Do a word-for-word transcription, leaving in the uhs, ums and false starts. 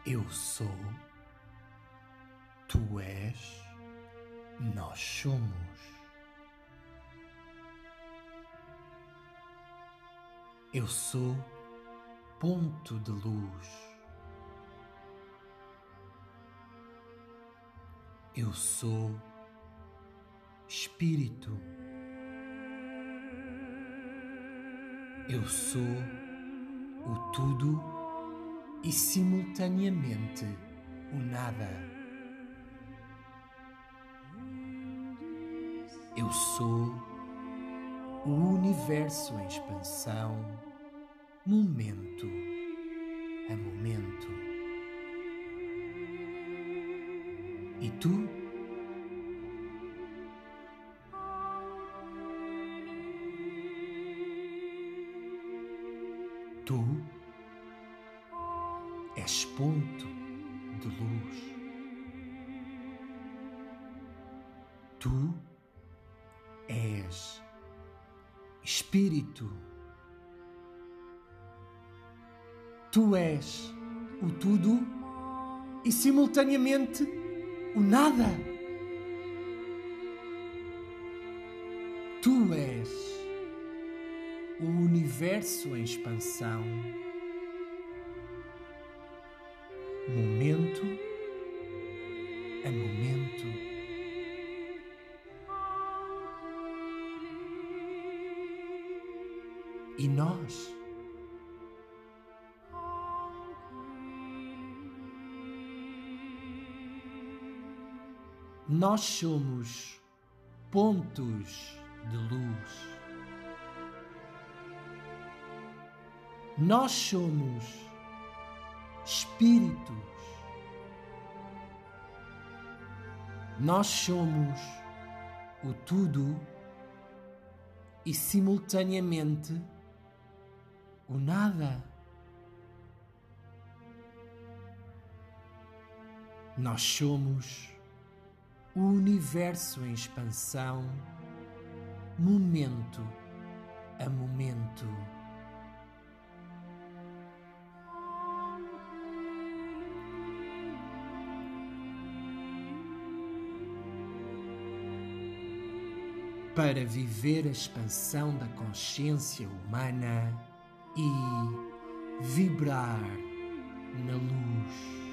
Eu sou, tu és, nós somos. Eu sou ponto de luz. Eu sou espírito. Eu sou o tudo e simultaneamente o nada. Eu sou o universo em expansão, momento a momento. E tu? Tu és ponto de luz. Tu és espírito. Tu és o tudo e simultaneamente o nada. Tu és o universo em expansão, momento a momento. E nós? Nós somos pontos de luz. Nós somos espíritos. Nós somos o tudo e simultaneamente o nada. Nós somos o universo em expansão, momento a momento. Para viver a expansão da consciência humana e vibrar na luz.